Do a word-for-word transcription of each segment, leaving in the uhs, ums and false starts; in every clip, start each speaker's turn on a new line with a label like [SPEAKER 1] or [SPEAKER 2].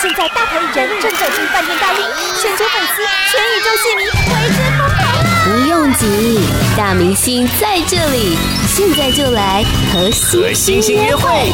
[SPEAKER 1] 现在大牌艺人正走进饭店大厅，全球粉丝、全宇宙戏迷为之疯狂啊！
[SPEAKER 2] 不用急，大明星在这里，现在就来和星星约会。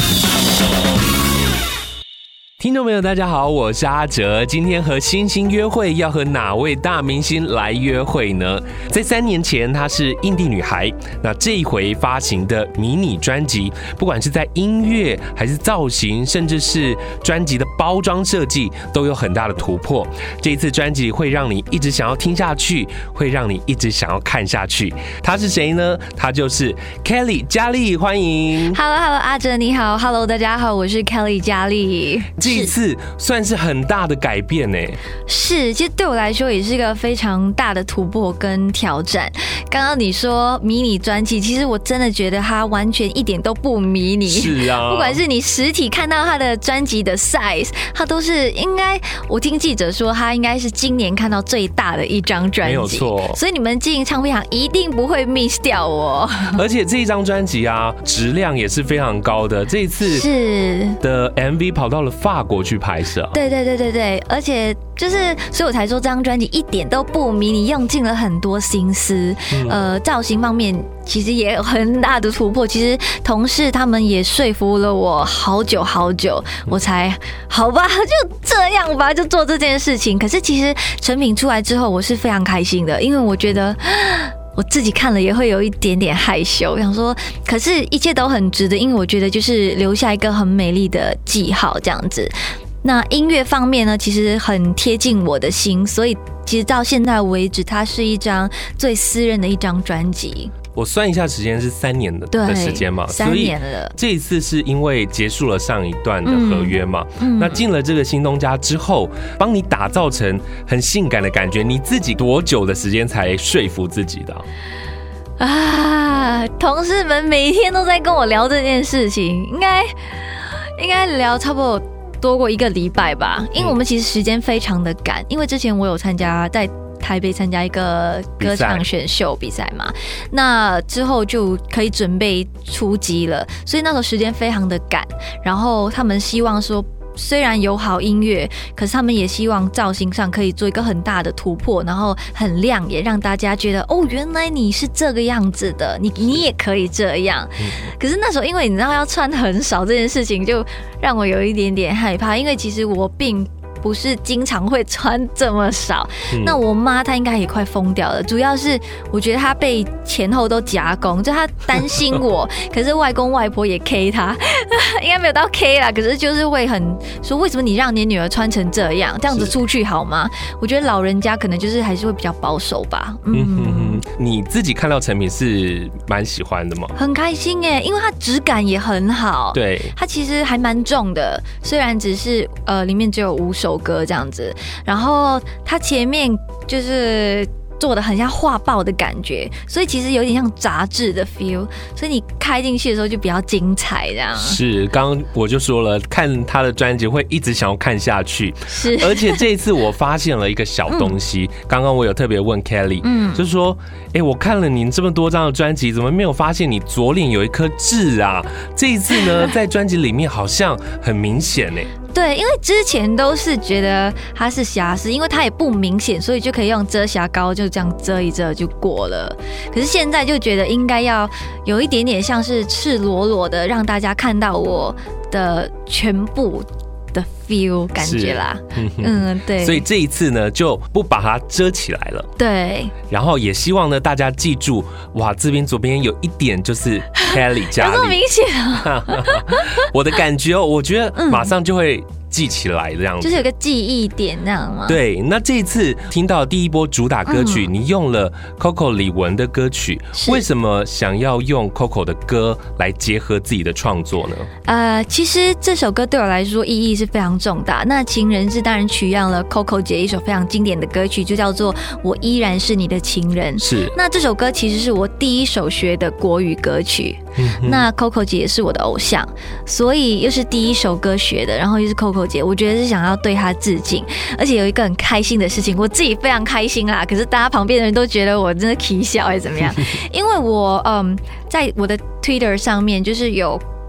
[SPEAKER 3] 听众朋友大家好，我是阿哲，今天和星星约会要和哪位大明星来约会呢？在三年前她是印地女孩，那这一回发行的迷你专辑，不管是在音乐还是造型，甚至是专辑的包装设计都有很大的突破。这一次专辑会让你一直想要听下去，会让你一直想要看下去。她是谁呢？她就是 Kelly 嘉丽，欢迎。
[SPEAKER 4] Hello Hello 阿哲你好 Hello 大家好，我是 Kelly 嘉丽。
[SPEAKER 3] 这一次算是很大的改变呢。
[SPEAKER 4] 是，其实对我来说也是一个非常大的突破跟挑战。刚刚你说迷你专辑，其实我真的觉得它完全一点都不迷你。
[SPEAKER 3] 是啊，
[SPEAKER 4] 不管是你实体看到它的专辑的 size， 它都是应该，我听记者说它应该是今年看到最大的一张专辑，
[SPEAKER 3] 没有错。
[SPEAKER 4] 所以你们进唱片行一定不会 miss 掉我。
[SPEAKER 3] 而且这一张专辑啊，质量也是非常高的。这一次
[SPEAKER 4] 是的
[SPEAKER 3] M V 跑到了法国去拍摄。
[SPEAKER 4] 对对对对对，而且就是，所以我才说这张专辑一点都不迷你，用尽了很多心思。嗯、呃，造型方面其实也有很大的突破。其实同事他们也说服了我好久好久，我才好吧，就这样吧，就做这件事情。可是其实成品出来之后，我是非常开心的，因为我觉得。我自己看了也会有一点点害羞，想说，可是一切都很值得，因为我觉得就是留下一个很美丽的记号这样子。那音乐方面呢，其实很贴近我的心，所以其实到现在为止，它是一张最私人的一张专辑。
[SPEAKER 3] 我算一下时间是三年 的, 的时间嘛，
[SPEAKER 4] 三年了。
[SPEAKER 3] 这一次是因为结束了上一段的合约嘛，嗯嗯、那进了这个新东家之后，帮你打造成很性感的感觉，你自己多久的时间才说服自己的？
[SPEAKER 4] 啊，同事们每一天都在跟我聊这件事情，应该应该聊差不多多过一个礼拜吧，因为我们其实时间非常的赶，因为之前我有参加在。台北参加一个歌唱选秀比赛嘛，那之后就可以准备出击了，所以那时候时间非常的赶。然后他们希望说，虽然有好音乐，可是他们也希望造型上可以做一个很大的突破，然后很亮，也让大家觉得哦，原来你是这个样子的，你你也可以这样。可是那时候因为你知道要穿很少这件事情，就让我有一点点害怕，因为其实我并。不是经常会穿这么少，嗯、那我妈她应该也快疯掉了。主要是我觉得她被前后都夹攻，就她担心我，可是外公外婆也 K 她，应该没有到 K 啦，可是就是会很说为什么你让你女儿穿成这样，这样子出去好吗？我觉得老人家可能就是还是会比较保守吧。嗯，
[SPEAKER 3] 嗯你自己看到成品是蛮喜欢的吗？
[SPEAKER 4] 很开心耶，因为它质感也很好。
[SPEAKER 3] 对，
[SPEAKER 4] 它其实还蛮重的，虽然只是呃里面只有五首。歌这样子，然后它前面就是做的很像画报的感觉，所以其实有点像杂志的 feel， 所以你开进去的时候就比较精彩这样。是，
[SPEAKER 3] 刚刚我就说了，看他的专辑会一直想要看下去。
[SPEAKER 4] 是，
[SPEAKER 3] 而且这一次我发现了一个小东西，嗯、刚刚我有特别问 Kelly， 嗯，就是说，哎、欸，我看了你这么多张的专辑，怎么没有发现你左脸有一颗痣啊？这一次呢，在专辑里面好像很明显哎、欸。
[SPEAKER 4] 对，因为之前都是觉得它是瑕疵，因为它也不明显，所以就可以用遮瑕膏就这样遮一遮就过了。可是现在就觉得应该要有一点点像是赤裸裸的，让大家看到我的全部的 feel 感觉啦。嗯，对。
[SPEAKER 3] 所以这一次呢，就不把它遮起来了。
[SPEAKER 4] 对。然
[SPEAKER 3] 后也希望呢，大家记住，哇，这边左边有一点就是 Kelly 嘉丽，
[SPEAKER 4] 有这么明显啊？
[SPEAKER 3] 我的感觉哦，我觉得马上就会记起来这样子，
[SPEAKER 4] 就是有个记忆点那样吗？
[SPEAKER 3] 对，那这一次听到第一波主打歌曲，嗯、你用了 Coco 李玟的歌曲，为什么想要用 Coco 的歌来结合自己的创作呢？
[SPEAKER 4] 呃，其实这首歌对我来说意义是非常重大。那情人是当然取样了 Coco 姐一首非常经典的歌曲，就叫做《我依然是你的情人》。
[SPEAKER 3] 是，
[SPEAKER 4] 那这首歌其实是我第一首学的国语歌曲。嗯、那 Coco 姐也是我的偶像，所以又是第一首歌学的，然后又是 Coco 姐，我觉得是想要对她致敬。而且有一个很开心的事情，我自己非常开心啦，可是大家旁边的人都觉得我真的起笑还是怎么样？因为我嗯，在我的 Twitter 上面就是有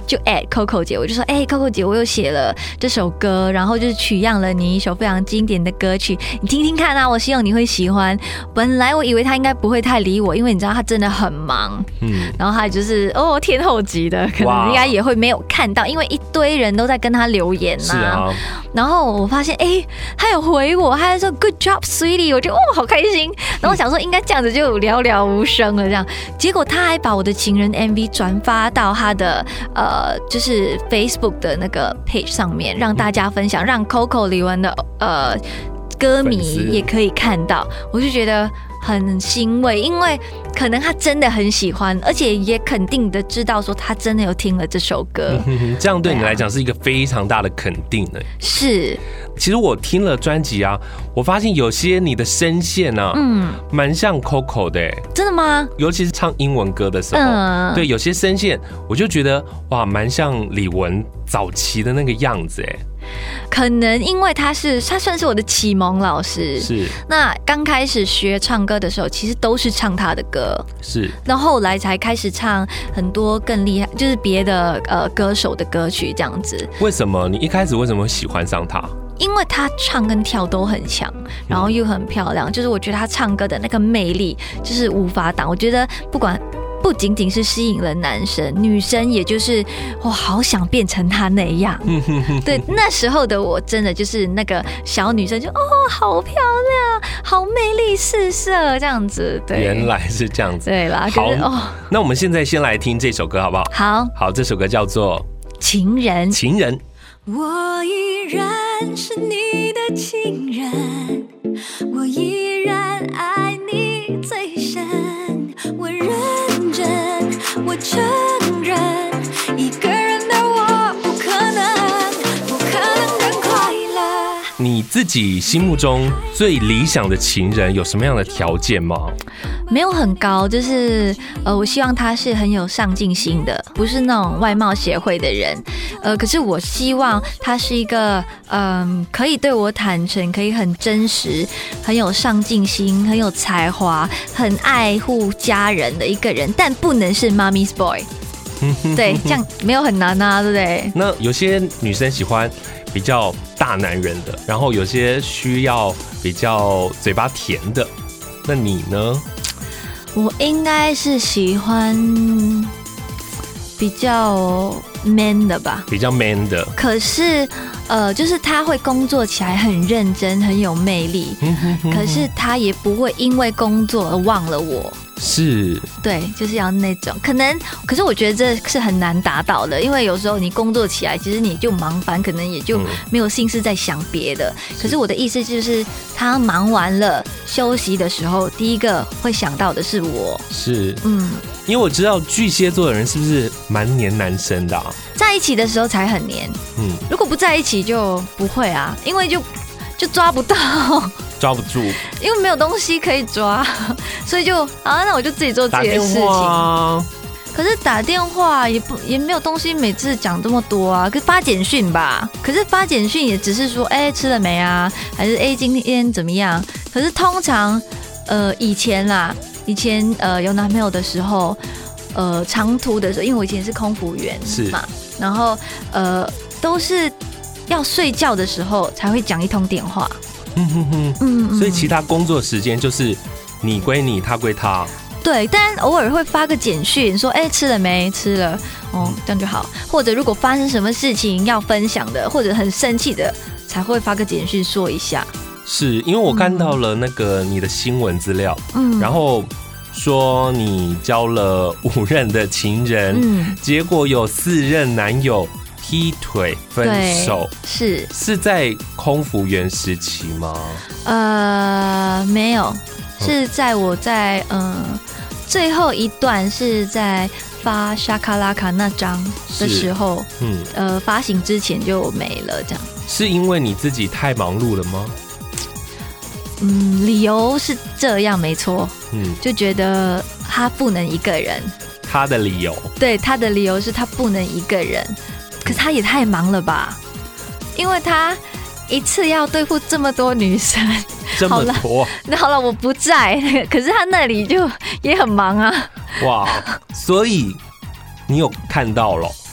[SPEAKER 4] 就 at Coco 姐，我就说，哎、欸、，Coco 姐，我又写了这首歌，然后就是取样了你一首非常经典的歌曲，你听听看啊，我希望你会喜欢。本来我以为他应该不会太理我，因为你知道他真的很忙，嗯，然后他就是哦天后级的，可能应该也会没有看到，因为一堆人都在跟他留言呐、啊。是啊。然后我发现，哎、欸，他有回我，他还说 Good job, sweetie， 我就哦好开心。然后我想说，应该这样子就寥寥无声了这样。结果他还把我的情人 M V 转发到他的呃，就是 Facebook 的那个 page 上面，让大家分享，让 Coco 李玟的呃歌迷也可以看到。我就觉得很欣慰，因为可能他真的很喜欢，而且也肯定的知道说他真的有听了这首歌。
[SPEAKER 3] 嗯、这样对你来讲是一个非常大的肯定呢。
[SPEAKER 4] 是。
[SPEAKER 3] 其实我听了专辑啊，我发现有些你的声线啊，嗯，蛮像 Coco 的。
[SPEAKER 4] 真的吗？
[SPEAKER 3] 尤其是唱英文歌的时候，嗯、对，有些声线我就觉得哇，蛮像李玟早期的那个样子哎。
[SPEAKER 4] 可能因为他是他算是我的启蒙老师，
[SPEAKER 3] 是。
[SPEAKER 4] 那刚开始学唱歌的时候，其实都是唱他的歌，
[SPEAKER 3] 是。
[SPEAKER 4] 那后来才开始唱很多更厉害，就是别的呃歌手的歌曲这样子。
[SPEAKER 3] 为什么你一开始为什么会喜欢上他？
[SPEAKER 4] 因为他唱跟跳都很强，然后又很漂亮，就是我觉得他唱歌的那个魅力就是无法挡。我觉得不管不仅仅是吸引了男生，女生也就是我好想变成他那样。对，那时候的我真的就是那个小女生就，就哦好漂亮，好魅力四射这样子。对，
[SPEAKER 3] 原来是这样子。
[SPEAKER 4] 对啦，
[SPEAKER 3] 好，
[SPEAKER 4] 哦，
[SPEAKER 3] 那我们现在先来听这首歌好不好？
[SPEAKER 4] 好，
[SPEAKER 3] 好，这首歌叫做
[SPEAKER 4] 《情人》。
[SPEAKER 3] 情人。
[SPEAKER 1] 我依然是你的情人，我依然爱你最深，我认真，我承认，一个人的我不可能，不可能更快乐。
[SPEAKER 3] 你自己心目中最理想的情人有什么样的条件吗？
[SPEAKER 4] 没有很高，就是呃，我希望他是很有上进心的，不是那种外貌协会的人。呃，可是我希望他是一个嗯、呃，可以对我坦诚，可以很真实，很有上进心，很有才华，很爱护家人的一个人，但不能是 mommy's boy。对，这样没有很难啊，对不对？
[SPEAKER 3] 那有些女生喜欢比较大男人的，然后有些需要比较嘴巴甜的，那你呢？
[SPEAKER 4] 我应该是喜欢比较 man 的吧，
[SPEAKER 3] 比较 man 的。
[SPEAKER 4] 可是，呃，就是他会工作起来很认真，很有魅力。可是他也不会因为工作而忘了我。
[SPEAKER 3] 是，
[SPEAKER 4] 对，就是要那种可能，可是我觉得这是很难达到的，因为有时候你工作起来，其实你就忙翻，可能也就没有心思在想别的。嗯、可是我的意思就是，他忙完了休息的时候，第一个会想到的是我。
[SPEAKER 3] 是，嗯，因为我知道巨蟹座的人是不是蛮黏男生的、啊？
[SPEAKER 4] 在一起的时候才很黏，嗯，如果不在一起就不会啊，因为就就抓不到。
[SPEAKER 3] 抓不住，
[SPEAKER 4] 因为没有东西可以抓，所以就啊，那我就自己做自己的事情。
[SPEAKER 3] 啊、
[SPEAKER 4] 可是打电话也不也没有东西，每次讲这么多啊。可是发简讯吧，可是发简讯也只是说，哎、欸，吃了没啊？还是哎、欸，今天怎么样？可是通常，呃，以前啦，以前呃有男朋友的时候，呃，长途的时候，因为我以前是空服员嘛，然后呃都是要睡觉的时候才会讲一通电话。
[SPEAKER 3] 嗯哼哼，嗯，所以其他工作时间就是你归你，他归他。
[SPEAKER 4] 对，但偶尔会发个简讯说，哎、欸，吃了没？吃了，哦，这样就好。或者如果发生什么事情要分享的，或者很生气的，才会发个简讯说一下。
[SPEAKER 3] 是因为我看到了那个你的新闻资料，嗯，然后说你交了五任的情人，嗯，结果有四任男友劈腿分手，
[SPEAKER 4] 是
[SPEAKER 3] 是在空服员时期吗？
[SPEAKER 4] 呃，没有，是在我在嗯、呃、最后一段是在发沙卡拉卡那张的时候，嗯，呃，发行之前就没了，这样。
[SPEAKER 3] 是因为你自己太忙碌了吗？
[SPEAKER 4] 嗯，理由是这样，没错，嗯，就觉得他不能一个人。
[SPEAKER 3] 他的理由？对，
[SPEAKER 4] 他的理由是他不能一个人。可是他也太忙了吧，因为他一次要对付这么多女生，
[SPEAKER 3] 这么多。
[SPEAKER 4] 那好了，我不在，可是他那里就也很忙啊。
[SPEAKER 3] 哇，所以你有看到了？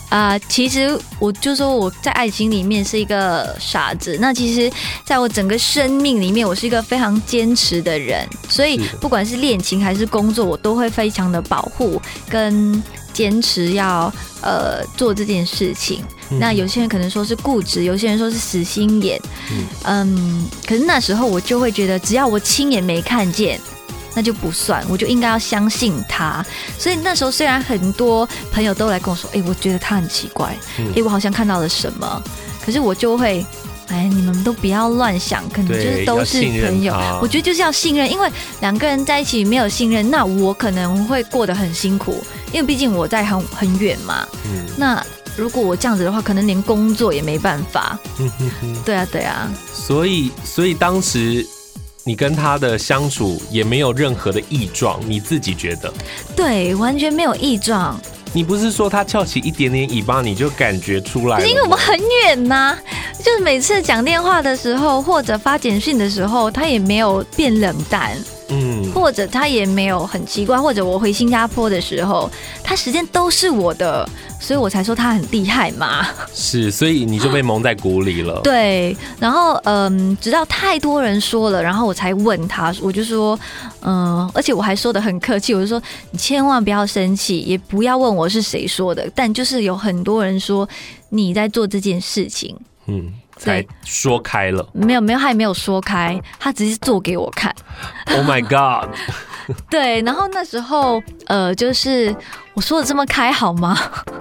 [SPEAKER 4] 啊、呃，其实我就说我在爱情里面是一个傻子。那其实在我整个生命里面，我是一个非常坚持的人，所以不管是恋情还是工作，我都会非常的保护跟坚持要呃做这件事情。嗯、那有些人可能说是固执，有些人说是死心眼。嗯, 嗯，可是那时候我就会觉得，只要我亲眼没看见，那就不算，我就应该要相信他。所以那时候虽然很多朋友都来跟我说，哎、欸，我觉得他很奇怪，哎、嗯欸，我好像看到了什么，可是我就会，哎，你们都不要乱想，可能就是都是朋友。我觉得就是要信任，因为两个人在一起没有信任，那我可能会过得很辛苦，因为毕竟我在很很远嘛。嗯，那如果我这样子的话，可能连工作也没办法。嗯哼哼，对啊，对啊。
[SPEAKER 3] 所以，所以当时你跟他的相处也没有任何的异状，你自己觉得？对，
[SPEAKER 4] 完全没有异状。
[SPEAKER 3] 你不是说他翘起一点点尾巴，你就感觉出来了？
[SPEAKER 4] 因为我们很远呐、啊，就是每次讲电话的时候，或者发简讯的时候，他也没有变冷淡。嗯，或者他也没有很奇怪，或者我回新加坡的时候，他时间都是我的，所以我才说他很厉害嘛。
[SPEAKER 3] 是，所以你就被蒙在鼓里了。
[SPEAKER 4] 对，然后嗯，直到太多人说了，然后我才问他，我就说，嗯，而且我还说得很客气，我就说你千万不要生气，也不要问我是谁说的，但就是有很多人说你在做这件事情，
[SPEAKER 3] 嗯。才说开了，
[SPEAKER 4] 没有没有，他也没有说开，他只是做给我看。
[SPEAKER 3] Oh my god！
[SPEAKER 4] 对，然后那时候呃，就是我说的这么开好吗？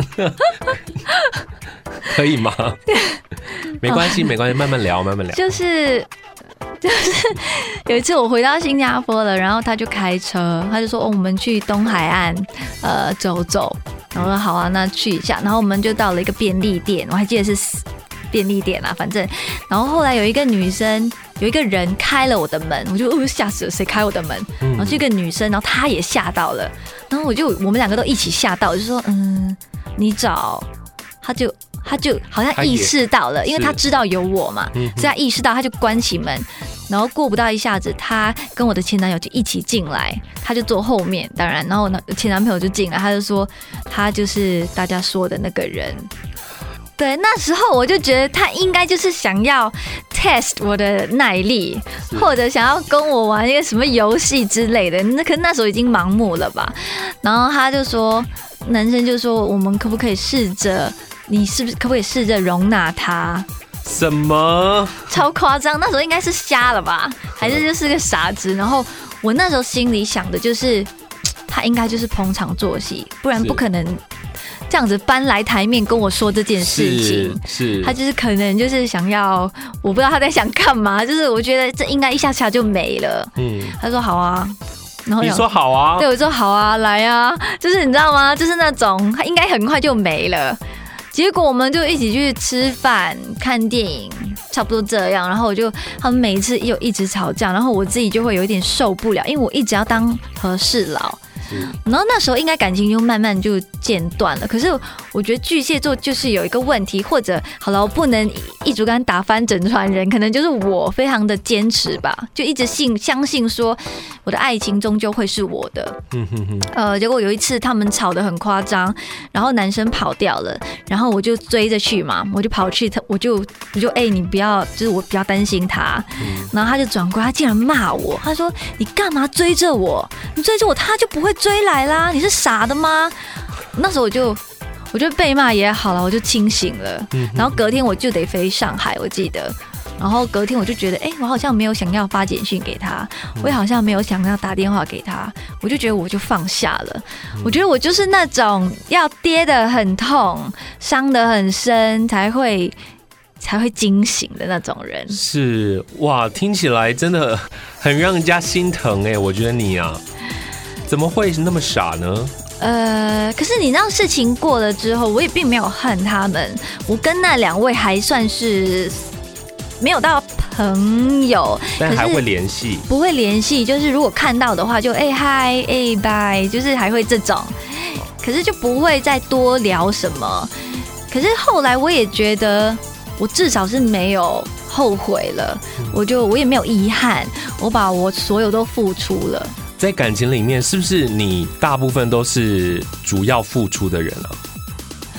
[SPEAKER 3] 可以吗？没关系，没关系，慢慢聊，慢慢聊。
[SPEAKER 4] 就是就是有一次我回到新加坡了，然后他就开车，他就说、哦、我们去东海岸呃走走，然后说好啊，那去一下，然后我们就到了一个便利店，我还记得是便利店啊，反正，然后后来有一个女生，有一个人开了我的门，我就哦吓死了，谁开我的门？然后这个女生，然后她也吓到了，然后我就我们两个都一起吓到，我就说嗯，你找，她就她就好像意识到了，因为她知道有我嘛，所以她意识到，她就关起门，然后过不到一下子，她跟我的前男友就一起进来，她就坐后面，当然，然后前男朋友就进来，他就说他就是大家说的那个人。对，那时候我就觉得他应该就是想要 test 我的耐力，或者想要跟我玩一个什么游戏之类的。那可能那时候已经盲目了吧。然后他就说，男生就说，我们可不可以试着，你是不是可不可以试着容纳他？
[SPEAKER 3] 什么？
[SPEAKER 4] 超夸张！那时候应该是瞎了吧，还是就是个傻子？然后我那时候心里想的就是，他应该就是捧场作戏，不然不可能这样子搬来台面跟我说这件事情。
[SPEAKER 3] 是，是
[SPEAKER 4] 他就是可能就是想要，我不知道他在想干嘛，就是我觉得这应该一下下就没了。嗯，他说好啊，然后
[SPEAKER 3] 你说好啊，
[SPEAKER 4] 对，我说好啊，来啊，就是你知道吗？就是那种他应该很快就没了。结果我们就一起去吃饭、看电影，差不多这样。然后我就他们每一次又一直吵架，然后我自己就会有一点受不了，因为我一直要当和事佬。然后那时候应该感情就慢慢就间断了。可是我觉得巨蟹座就是有一个问题，或者好了，我不能一竹竿打翻整船人，可能就是我非常的坚持吧，就一直信相信说我的爱情终究会是我的。呃，结果有一次他们吵得很夸张，然后男生跑掉了，然后我就追着去嘛，我就跑去，我就我就哎、欸，你不要，就是我比较担心他，然后他就转过来，他竟然骂我，他说你干嘛追着我？你追着我，他就不会追来啦，你是傻的吗？那时候我就我就被骂也好了，我就清醒了。然后隔天我就得飞上海，我记得。然后隔天我就觉得，哎、欸，我好像没有想要发简讯给他，我也好像没有想要打电话给他，我就觉得我就放下了。我觉得我就是那种要跌得很痛、伤得很深才会才会惊醒的那种人。
[SPEAKER 3] 是哇，听起来真的很让人家心疼哎，我觉得你啊。怎么会那么傻呢？
[SPEAKER 4] 呃，可是你让事情过了之后，我也并没有恨他们。我跟那两位还算是没有到朋友，
[SPEAKER 3] 但还会联系，
[SPEAKER 4] 不会联系。就是如果看到的话就，就哎嗨哎拜，就是还会这种。可是就不会再多聊什么。可是后来我也觉得，我至少是没有后悔了，我就我也没有遗憾，我把我所有都付出了。
[SPEAKER 3] 在感情里面，是不是你大部分都是主要付出的人啊？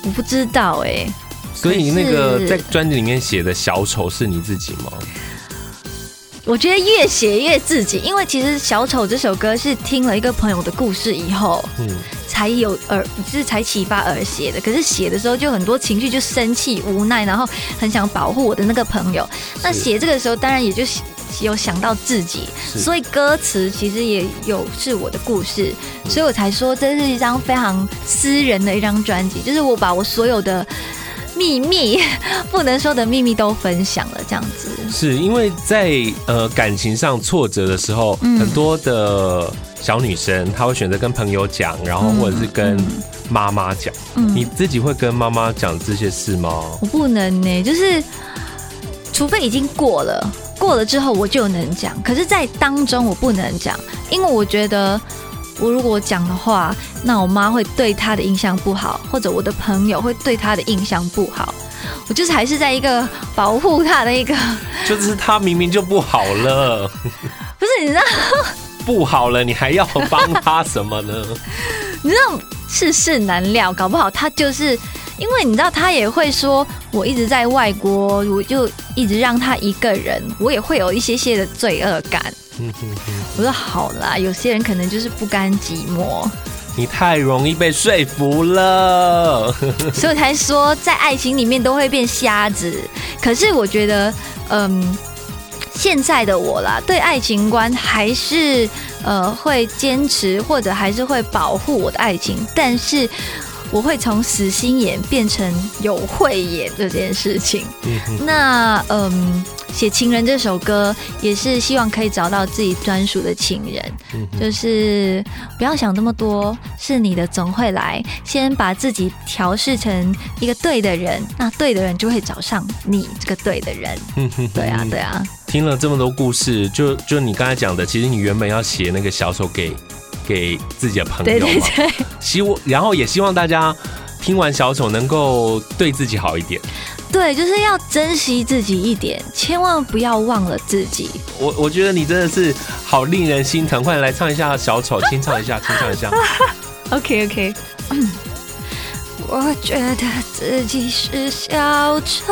[SPEAKER 4] 我不知道哎、欸。
[SPEAKER 3] 所以那个在专辑里面写的小丑是你自己吗？
[SPEAKER 4] 我觉得越写越自己，因为其实《小丑》这首歌是听了一个朋友的故事以后，嗯，才有而就是才启发而写的。可是写的时候就很多情绪，就生气、无奈，然后很想保护我的那个朋友。那写这个时候，当然也就有想到自己，所以歌词其实也有是我的故事，所以我才说这是一张非常私人的一张专辑，就是我把我所有的秘密不能说的秘密都分享了，这样子。
[SPEAKER 3] 是因为在呃感情上挫折的时候，嗯、很多的小女生她会选择跟朋友讲，然后或者是跟妈妈讲。嗯、你自己会跟妈妈讲这些事吗？
[SPEAKER 4] 我不能呢、欸，就是除非已经过了，过了之后我就能讲，可是，在当中我不能讲，因为我觉得。我如果讲的话，那我妈会对她的印象不好，或者我的朋友会对她的印象不好。我就是还是在一个保护她的一个，
[SPEAKER 3] 就是她明明就不好了，
[SPEAKER 4] 不是你知道
[SPEAKER 3] 不好了，你还要帮她什么呢？
[SPEAKER 4] 你知道世事难料，搞不好她就是因为你知道她也会说，我一直在外国，我就一直让她一个人，我也会有一些些的罪恶感。我说好啦，有些人可能就是不甘寂寞。
[SPEAKER 3] 你太容易被说服了，
[SPEAKER 4] 所以我才说在爱情里面都会变瞎子。可是我觉得，嗯，现在的我啦，对爱情观还是呃会坚持，或者还是会保护我的爱情，但是我会从死心眼变成有慧眼这件事情。嗯、那嗯。写情人这首歌也是希望可以找到自己专属的情人，嗯、就是不要想这么多，是你的总会来，先把自己调试成一个对的人，那对的人就会找上你这个对的人。嗯、对啊对啊，
[SPEAKER 3] 听了这么多故事，就就你刚才讲的，其实你原本要写那个小丑给给自己的朋友嘛，对对对，希望然后也希望大家听完小丑能够对自己好一点。
[SPEAKER 4] 对，就是要珍惜自己一点，千万不要忘了自己。
[SPEAKER 3] 我我觉得你真的是好令人心疼，快点来唱一下小丑，清唱一下，清唱一下。
[SPEAKER 4] OK OK。
[SPEAKER 1] 我觉得自己是小丑，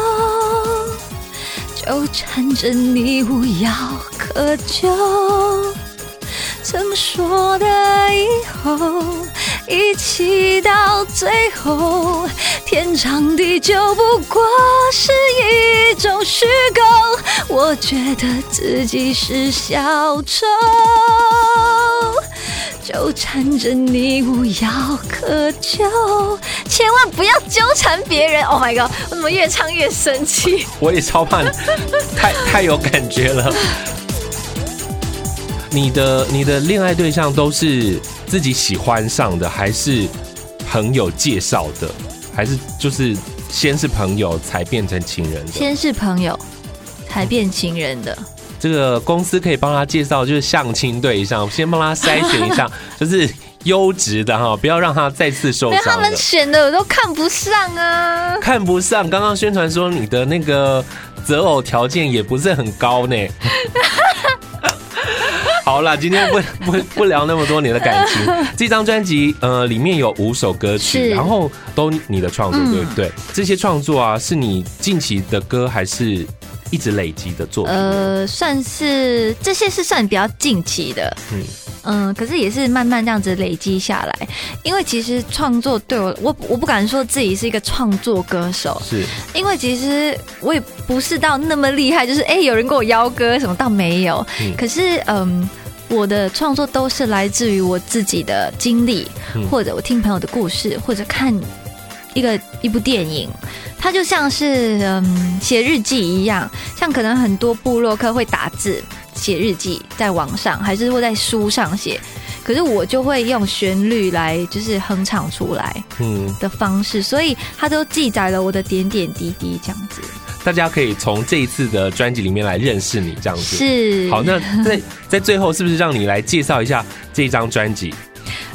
[SPEAKER 1] 纠缠着你无药可救。曾说的以后，一起到最后，天长地久不过是一种虚构。我觉得自己是小丑，纠缠着你无药可救。千万不要纠缠别人 ！Oh my god！ 我怎么越唱越生气？
[SPEAKER 3] 我也超怕，太太有感觉了。你的你的恋爱对象都是自己喜欢上的，还是朋友介绍的，还是就是先是朋友才变成情人的？
[SPEAKER 4] 先是朋友才变情人的。
[SPEAKER 3] 这个公司可以帮他介绍，就是相亲对象，先帮他筛选一下，就是优质的哈，不要让他再次受伤。
[SPEAKER 4] 他们选的我都看不上啊，
[SPEAKER 3] 看不上。刚刚宣传说你的那个择偶条件也不是很高呢。好啦，今天不不不聊那么多你的感情。这张专辑呃里面有五首歌曲，然后都你的创作，嗯、对不对？这些创作啊，是你近期的歌，还是一直累积的作品？
[SPEAKER 4] 呃，算是这些是算比较近期的，嗯嗯，可是也是慢慢这样子累积下来。因为其实创作对我，我我不敢说自己是一个创作歌手，
[SPEAKER 3] 是
[SPEAKER 4] 因为其实我也不是到那么厉害，就是哎、欸、有人给我邀歌什么倒没有。嗯、可是嗯，我的创作都是来自于我自己的经历，嗯、或者我听朋友的故事，或者看一个一部电影。它就像是嗯写日记一样，像可能很多部落客会打字写日记在网上，还是会在书上写，可是我就会用旋律来就是哼唱出来的方式，嗯、所以它都记载了我的点点滴滴这样子。
[SPEAKER 3] 大家可以从这一次的专辑里面来认识你这样子。
[SPEAKER 4] 是。
[SPEAKER 3] 好，那在在最后是不是让你来介绍一下这张专辑？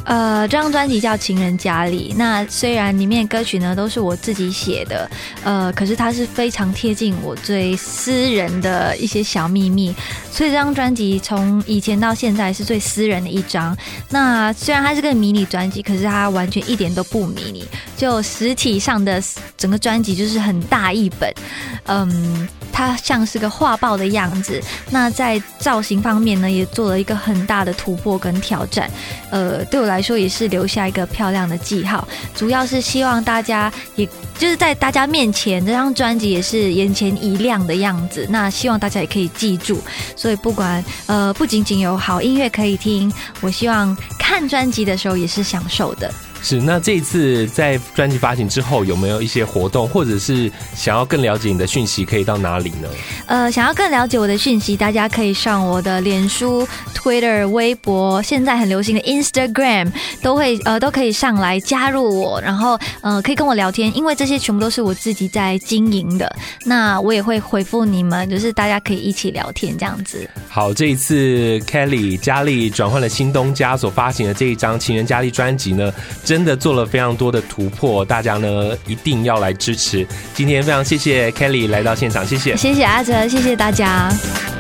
[SPEAKER 4] 呃，这张专辑叫《情人家里》，那虽然里面歌曲呢都是我自己写的，呃，可是它是非常贴近我最私人的一些小秘密，所以这张专辑从以前到现在是最私人的一张。那虽然它是个迷你专辑，可是它完全一点都不迷你，就实体上的整个专辑就是很大一本，嗯。它像是个画报的样子，那在造型方面呢，也做了一个很大的突破跟挑战，呃，对我来说也是留下一个漂亮的记号。主要是希望大家，也就是在大家面前，这张专辑也是眼前一亮的样子。那希望大家也可以记住，所以不管呃，不仅仅有好音乐可以听，我希望看专辑的时候也是享受的。
[SPEAKER 3] 是，那这一次在专辑发行之后，有没有一些活动，或者是想要更了解你的讯息，可以到哪里呢？
[SPEAKER 4] 呃，想要更了解我的讯息，大家可以上我的脸书、Twitter、微博，现在很流行的 Instagram， 都会呃都可以上来加入我，然后呃可以跟我聊天，因为这些全部都是我自己在经营的。那我也会回复你们，就是大家可以一起聊天这样子。
[SPEAKER 3] 好，这一次 Kelly 嘉丽转换了新东家所发行的这一张《情人嘉丽》专辑呢，真的做了非常多的突破，大家呢一定要来支持。今天非常谢谢 Kelly 来到现场，谢谢，
[SPEAKER 4] 谢谢阿哲，谢谢大家。